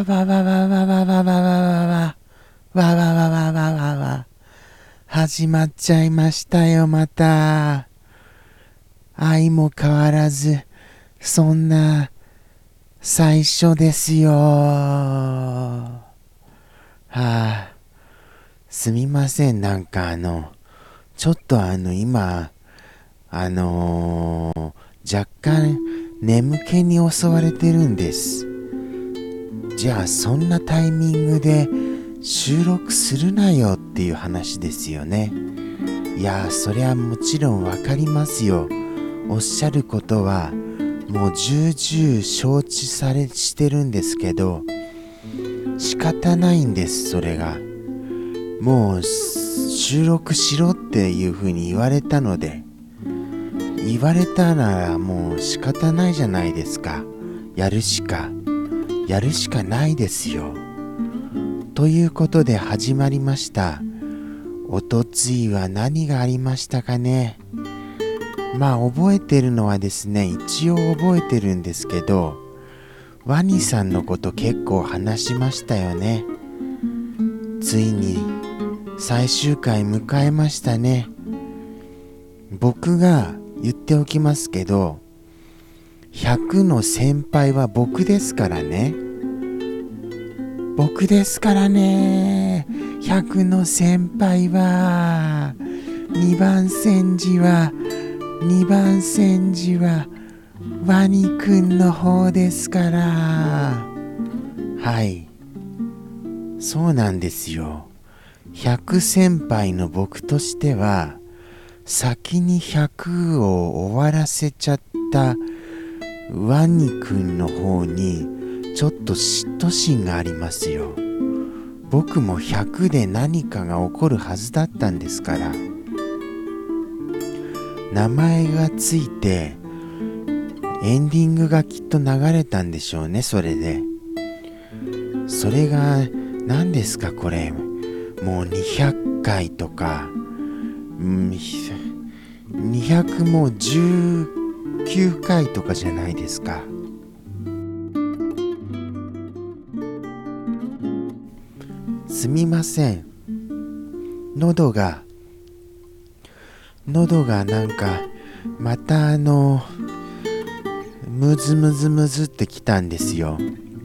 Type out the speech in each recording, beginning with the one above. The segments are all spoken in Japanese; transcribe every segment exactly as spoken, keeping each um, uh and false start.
わわわわわわわわわわわわわわわわわわ始まっちゃいましたよ。また愛も変わらずそんな最初ですよ。はあ、すみません。なんかあのちょっとあの今あのー、若干眠気に襲われてるんです。じゃあそんなタイミングで収録するなよっていう話ですよね。いやそりゃもちろんわかりますよ。おっしゃることはもう重々承知されしてるんですけど、仕方ないんです。それがもう収録しろっていう風に言われたので、言われたならもう仕方ないじゃないですか。やるしかやるしかないですよ。ということで始まりました。おとついは何がありましたかね。まあ覚えてるのはですね、一応覚えてるんですけど、ワニさんのこと結構話しましたよね。ついに最終回迎えましたね。僕が言っておきますけど、ひゃくの先輩は僕ですからね。僕ですからね。ひゃくの先輩はにばん煎じはにばん煎じはワニくんの方ですから。はい、そうなんですよ。ひゃく先輩の僕としては先にひゃくを終わらせちゃったワニくんの方にちょっと嫉妬心がありますよ。僕もひゃくで何かが起こるはずだったんですから。名前がついてエンディングがきっと流れたんでしょうね。それでそれが何ですかこれ、もうにひゃっかいとか、うん、にひゃくもうじゅうきゅうかいとかじゃないですか。すみません。喉が喉がなんかまたあのムズムズムズってきたんですよ。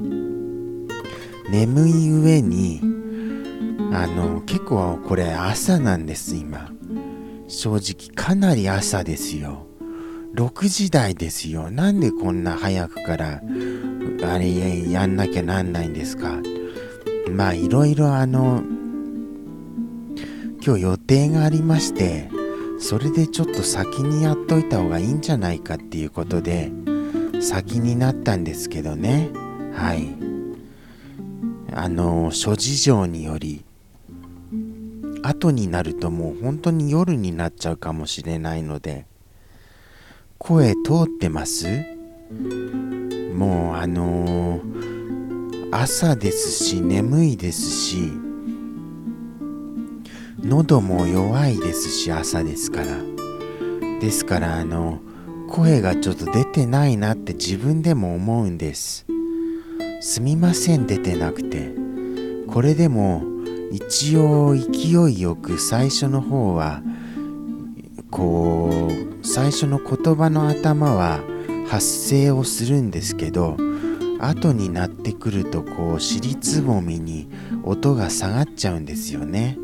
眠い上にあの結構これ朝なんです今。正直かなり朝ですよ。ろくじ台ですよ。なんでこんな早くからあれやんなきゃなんないんですか。まあいろいろあの今日予定がありまして、それでちょっと先にやっといた方がいいんじゃないかっていうことで先になったんですけどね。はい、あの諸事情により後になるともう本当に夜になっちゃうかもしれないので。声通ってます？もうあのー、朝ですし眠いですし喉も弱いですし朝ですから。ですからあの声がちょっと出てないなって自分でも思うんです。すみません出てなくて。これでも一応勢いよく最初の方はこう最初の言葉の頭は発声をするんですけど、後になってくるとこう尻つぼみに音が下がっちゃうんですよね。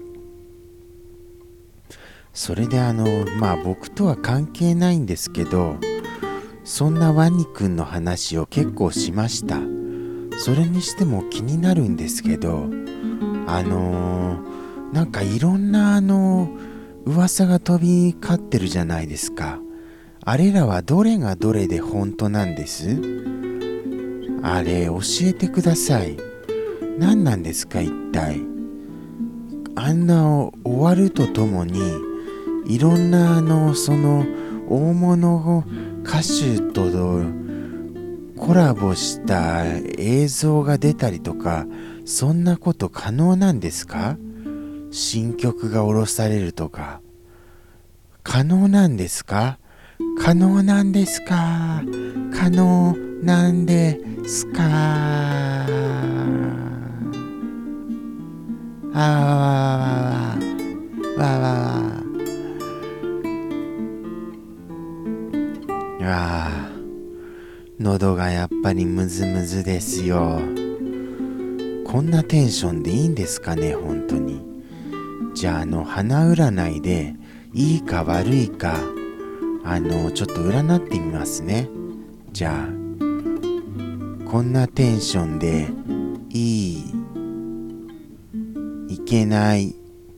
それであのまあ僕とは関係ないんですけど、そんなワニくんの話を結構しました。それにしても気になるんですけど、あのー、なんかいろんなあの噂が飛び交ってるじゃないですか。あれらはどれがどれで本当なんです？あれ教えてください。何なんですか一体。あんな終わるとともにいろんなあのその大物歌手とコラボした映像が出たりとか、そんなこと可能なんですか？新曲が下ろされるとか可能なんですか？可能なんですか？可能なんですか。あわわわわわわわ。ああ、喉がやっぱりムズムズですよ。こんなテンションでいいんですかね、本当に。じゃあ、あの鼻占いでいいか悪いか、あのちょっと占ってみますね。じゃあ、こんなテンションでいい、いけない、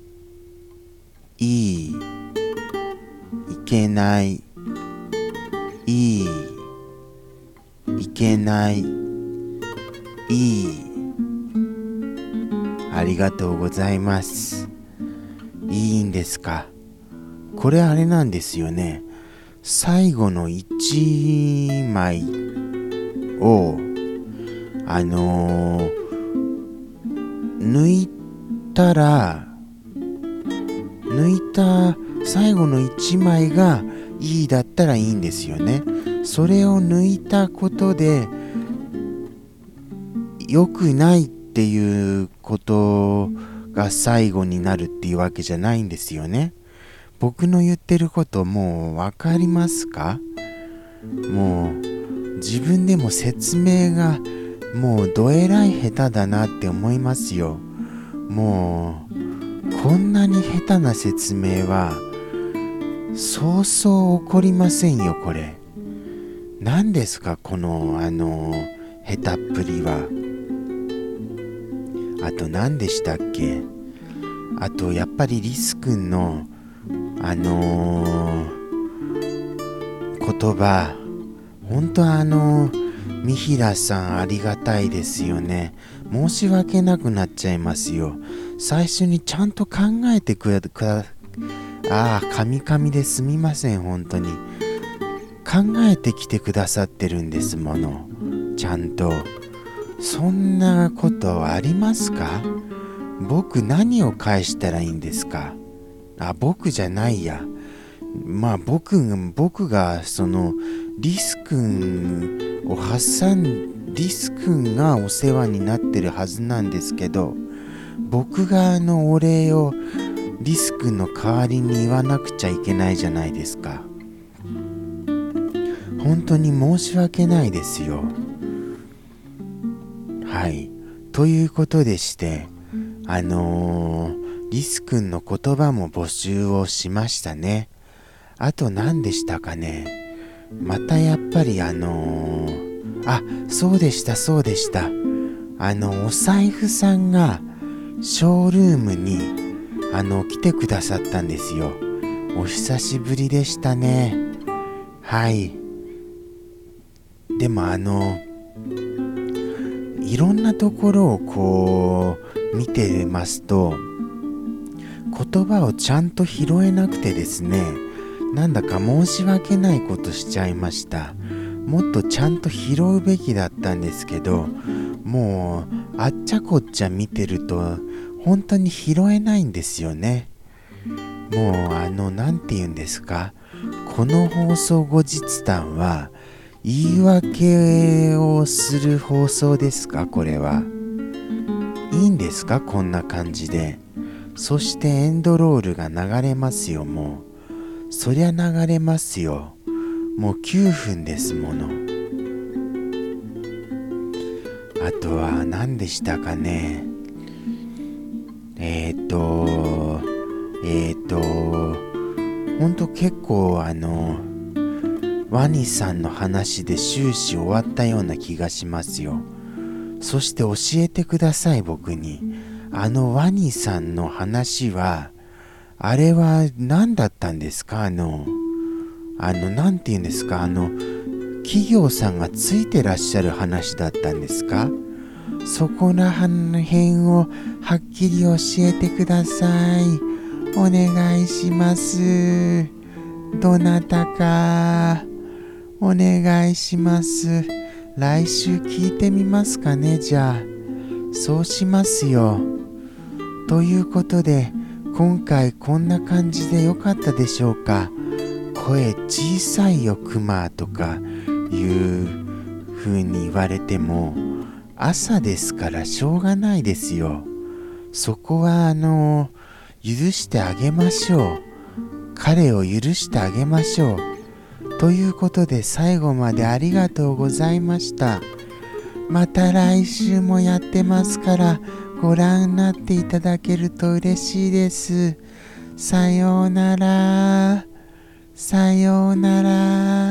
いい、いけない、いい、いけない、いい。ありがとうございます。いいんですか。これあれなんですよね。最後のいちまいをあのー、抜いたら抜いた最後のいちまいがいいだったらいいんですよね。それを抜いたことで良くないっていうことが最後になるっていうわけじゃないんですよね。僕の言ってることもう分かりますか？もう自分でも説明がもうどえらい下手だなって思いますよ。もうこんなに下手な説明はそうそう起こりませんよ。これ何ですか、このあの下手っぷりは。あと何でしたっけ。あとやっぱりリス君のあのー、言葉、本当あのー、三平さんありがたいですよね。申し訳なくなっちゃいますよ。最初にちゃんと考えてくだくだああ、カミカミですみません。本当に考えてきてくださってるんですもの。ちゃんとそんなことありますか？僕何を返したらいいんですか？あ、僕じゃないや。まあ僕僕がそのリス君を挟んリス君がお世話になってるはずなんですけど、僕があのお礼をリス君の代わりに言わなくちゃいけないじゃないですか。本当に申し訳ないですよ。はい、ということでしてあのーリス君の言葉も募集をしましたね。あと何でしたかね。またやっぱりあのー、あ、そうでしたそうでした。あのお財布さんがショールームにあの来てくださったんですよ。お久しぶりでしたね。はい。でもあのいろんなところをこう見てますと言葉をちゃんと拾えなくてですね、なんだか申し訳ないことしちゃいました。もっとちゃんと拾うべきだったんですけど、もうあっちゃこっちゃ見てると本当に拾えないんですよね。もうあのなんて言うんですか、この放送後日談は言い訳をする放送ですか？これはいいんですか？こんな感じで。そしてエンドロールが流れますよ。もうそりゃ流れますよ。もうきゅうふんですもの。あとは何でしたかね。えーとえーとほんと結構あのワニさんの話で終始終わったような気がしますよ。そして教えてください、僕に。あのワニさんの話はあれは何だったんですか？あのあのなんて言うんですか、あの企業さんがついてらっしゃる話だったんですか？そこら辺をはっきり教えてください。お願いします。どなたかお願いします。来週聞いてみますかね。じゃあそうしますよ。ということで今回こんな感じでよかったでしょうか。声小さいよクマとかいう風に言われても朝ですからしょうがないですよ。そこはあの許してあげましょう。彼を許してあげましょう。ということで最後までありがとうございました。また来週もやってますからご覧になっていただけると嬉しいです。さようなら。さようなら。